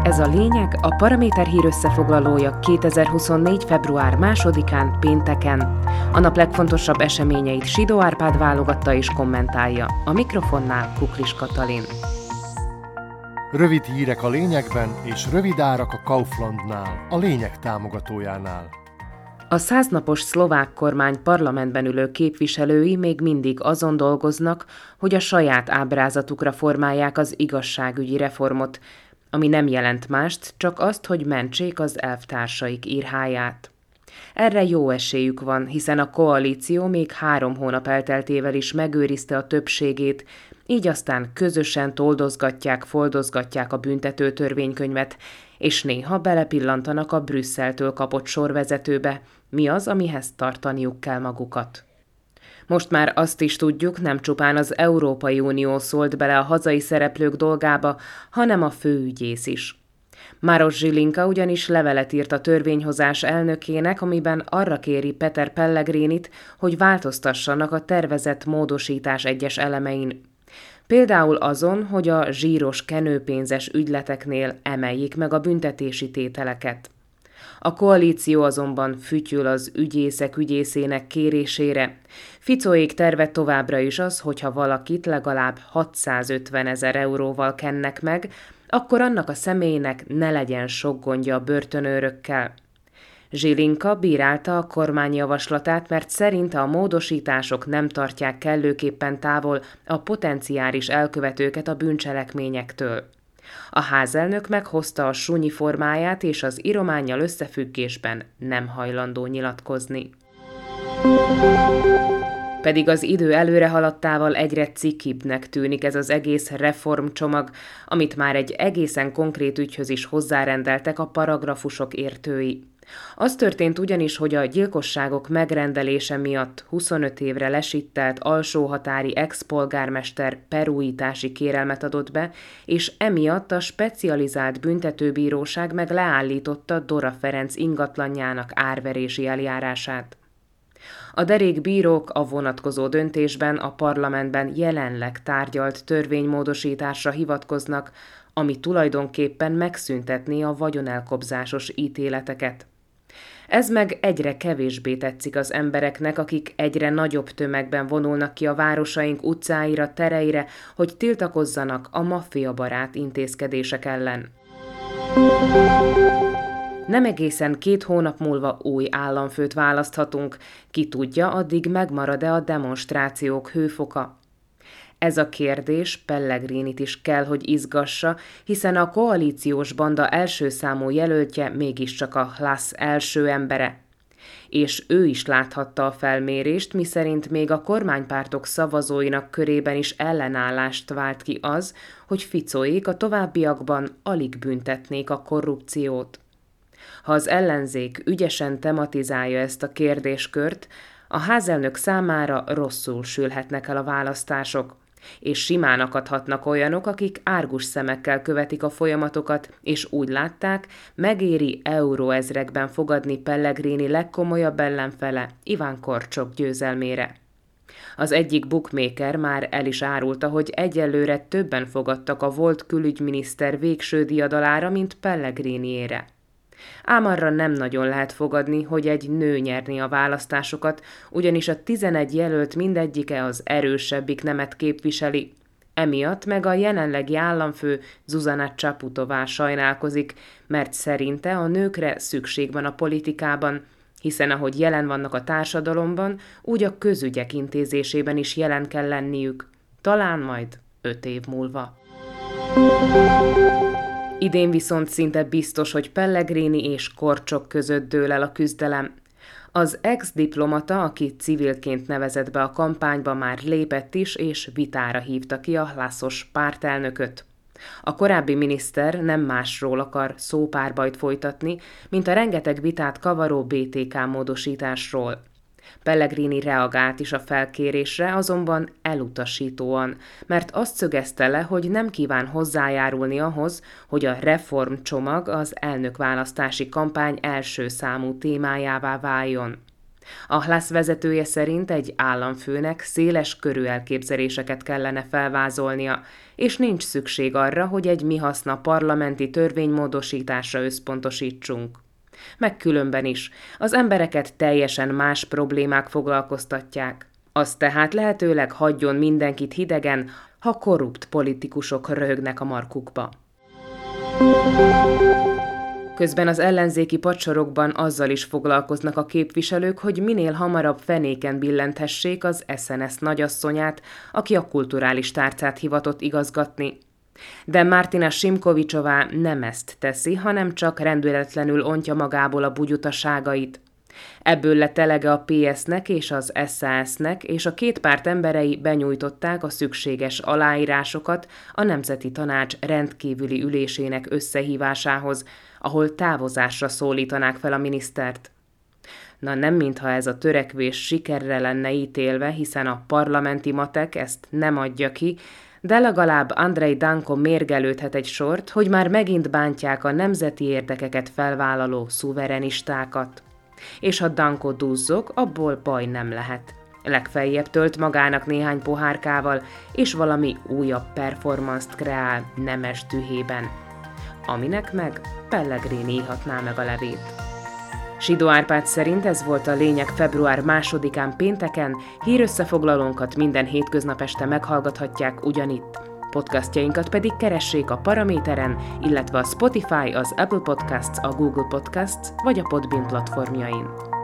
Ez a lényeg, a Paraméter hír összefoglalója 2024. február 2-án pénteken. A nap legfontosabb eseményeit Sidó Árpád válogatta és kommentálja. A mikrofonnál Kuklis Katalin. Rövid hírek a lényegben és rövid árak a Kauflandnál, a lényeg támogatójánál. A 100 napos szlovák kormány parlamentben ülő képviselői még mindig azon dolgoznak, hogy a saját ábrázatukra formálják az igazságügyi reformot, ami nem jelent mást, csak azt, hogy mentsék az elvtársaik írháját. Erre jó esélyük van, hiszen a koalíció még 3 hónap elteltével is megőrizte a többségét, így aztán közösen foldozgatják a büntető törvénykönyvet, és néha belepillantanak a Brüsszeltől kapott sorvezetőbe, mi az, amihez tartaniuk kell magukat. Most már azt is tudjuk, nem csupán az Európai Unió szólt bele a hazai szereplők dolgába, hanem a főügyész is. Maroš Žilinka ugyanis levelet írt a törvényhozás elnökének, amiben arra kéri Peter Pellegrinit, hogy változtassanak a tervezett módosítás egyes elemein. Például azon, hogy a zsíros kenőpénzes ügyleteknél emeljék meg a büntetési tételeket. A koalíció azonban fütyül az ügyészének kérésére. Ficóék terve továbbra is az, hogyha valakit legalább 650 000 euróval kennek meg, akkor annak a személynek ne legyen sok gondja a börtönőrökkel. Žilinka bírálta a kormány javaslatát, mert szerinte a módosítások nem tartják kellőképpen távol a potenciális elkövetőket a bűncselekményektől. A házelnök meghozta a sunyi formáját, és az írománnyal összefüggésben nem hajlandó nyilatkozni. Pedig az idő előre haladtával egyre cikibbnek tűnik ez az egész reformcsomag, amit már egy egészen konkrét ügyhöz is hozzárendeltek a paragrafusok értői. Az történt ugyanis, hogy a gyilkosságok megrendelése miatt 25 évre lesittelt alsóhatári ex-polgármester perújítási kérelmet adott be, és emiatt a specializált büntetőbíróság meg leállította Dora Ferenc ingatlanjának árverési eljárását. A derék bírók a vonatkozó döntésben a parlamentben jelenleg tárgyalt törvénymódosításra hivatkoznak, ami tulajdonképpen megszüntetné a vagyonelkobzásos ítéleteket. Ez meg egyre kevésbé tetszik az embereknek, akik egyre nagyobb tömegben vonulnak ki a városaink utcáira, tereire, hogy tiltakozzanak a maffiabarát intézkedések ellen. Nem egészen 2 hónap múlva új államfőt választhatunk, ki tudja, addig megmarad-e a demonstrációk hőfoka. Ez a kérdés Pellegrinit is kell, hogy izgassa, hiszen a koalíciós banda első számú jelöltje mégiscsak a Hlas első embere. És ő is láthatta a felmérést, miszerint még a kormánypártok szavazóinak körében is ellenállást vált ki az, hogy Ficóék a továbbiakban alig büntetnék a korrupciót. Ha az ellenzék ügyesen tematizálja ezt a kérdéskört, a házelnök számára rosszul sülhetnek el a választások, és simán akadhatnak olyanok, akik árgus szemekkel követik a folyamatokat, és úgy látták, megéri euróezrekben fogadni Pellegrini legkomolyabb ellenfele, Iván Korcsok győzelmére. Az egyik bookmaker már el is árulta, hogy egyelőre többen fogadtak a volt külügyminiszter végső diadalára, mint Pellegriniére. Ám arra nem nagyon lehet fogadni, hogy egy nő nyerni a választásokat, ugyanis a 11 jelölt mindegyike az erősebbik nemet képviseli. Emiatt meg a jelenlegi államfő Zuzana Čaputová sajnálkozik, mert szerinte a nőkre szükség van a politikában, hiszen ahogy jelen vannak a társadalomban, úgy a közügyek intézésében is jelen kell lenniük. Talán majd 5 év múlva. Idén viszont szinte biztos, hogy Pellegrini és Korcsok között dől el a küzdelem. Az ex-diplomata, aki civilként nevezett be a kampányba, már lépett is, és vitára hívta ki a Hlaszos pártelnököt. A korábbi miniszter nem másról akar szópárbajt folytatni, mint a rengeteg vitát kavaró BTK módosításról. Pellegrini reagált is a felkérésre, azonban elutasítóan, mert azt szögezte le, hogy nem kíván hozzájárulni ahhoz, hogy a reformcsomag az elnökválasztási kampány első számú témájává váljon. A HLASZ vezetője szerint egy államfőnek széles körű elképzeléseket kellene felvázolnia, és nincs szükség arra, hogy egy mi haszna parlamenti törvénymódosításra összpontosítsunk. Meg különben is, az embereket teljesen más problémák foglalkoztatják. Az tehát lehetőleg hagyjon mindenkit hidegen, ha korrupt politikusok röhögnek a markukba. Közben az ellenzéki padsorokban azzal is foglalkoznak a képviselők, hogy minél hamarabb fenéken billenthessék az SNS nagyasszonyát, aki a kulturális tárcát hivatott igazgatni. De Martina Simkovicsová nem ezt teszi, hanem csak rendületlenül ontja magából a bugyutaságait. Ebből lett elege a PS-nek és az SZSZ-nek, és a két párt emberei benyújtották a szükséges aláírásokat a Nemzeti Tanács rendkívüli ülésének összehívásához, ahol távozásra szólítanák fel a minisztert. Na nem mintha ez a törekvés sikerre lenne ítélve, hiszen a parlamenti matek ezt nem adja ki, de legalább Andrej Danko mérgelődhet egy sort, hogy már megint bántják a nemzeti érdekeket felvállaló szuverenistákat. És ha Danko duzzog, abból baj nem lehet. Legfeljebb tölt magának néhány pohárkával, és valami újabb performance-t kreál nemes dühében, aminek meg Pellegrini ihatná meg a levét. Sidó Árpád szerint ez volt a lényeg február 2-án pénteken, hírösszefoglalónkat minden hétköznap este meghallgathatják ugyanitt. Podcastjainkat pedig keressék a Paraméteren, illetve a Spotify, az Apple Podcasts, a Google Podcasts vagy a Podbean platformjain.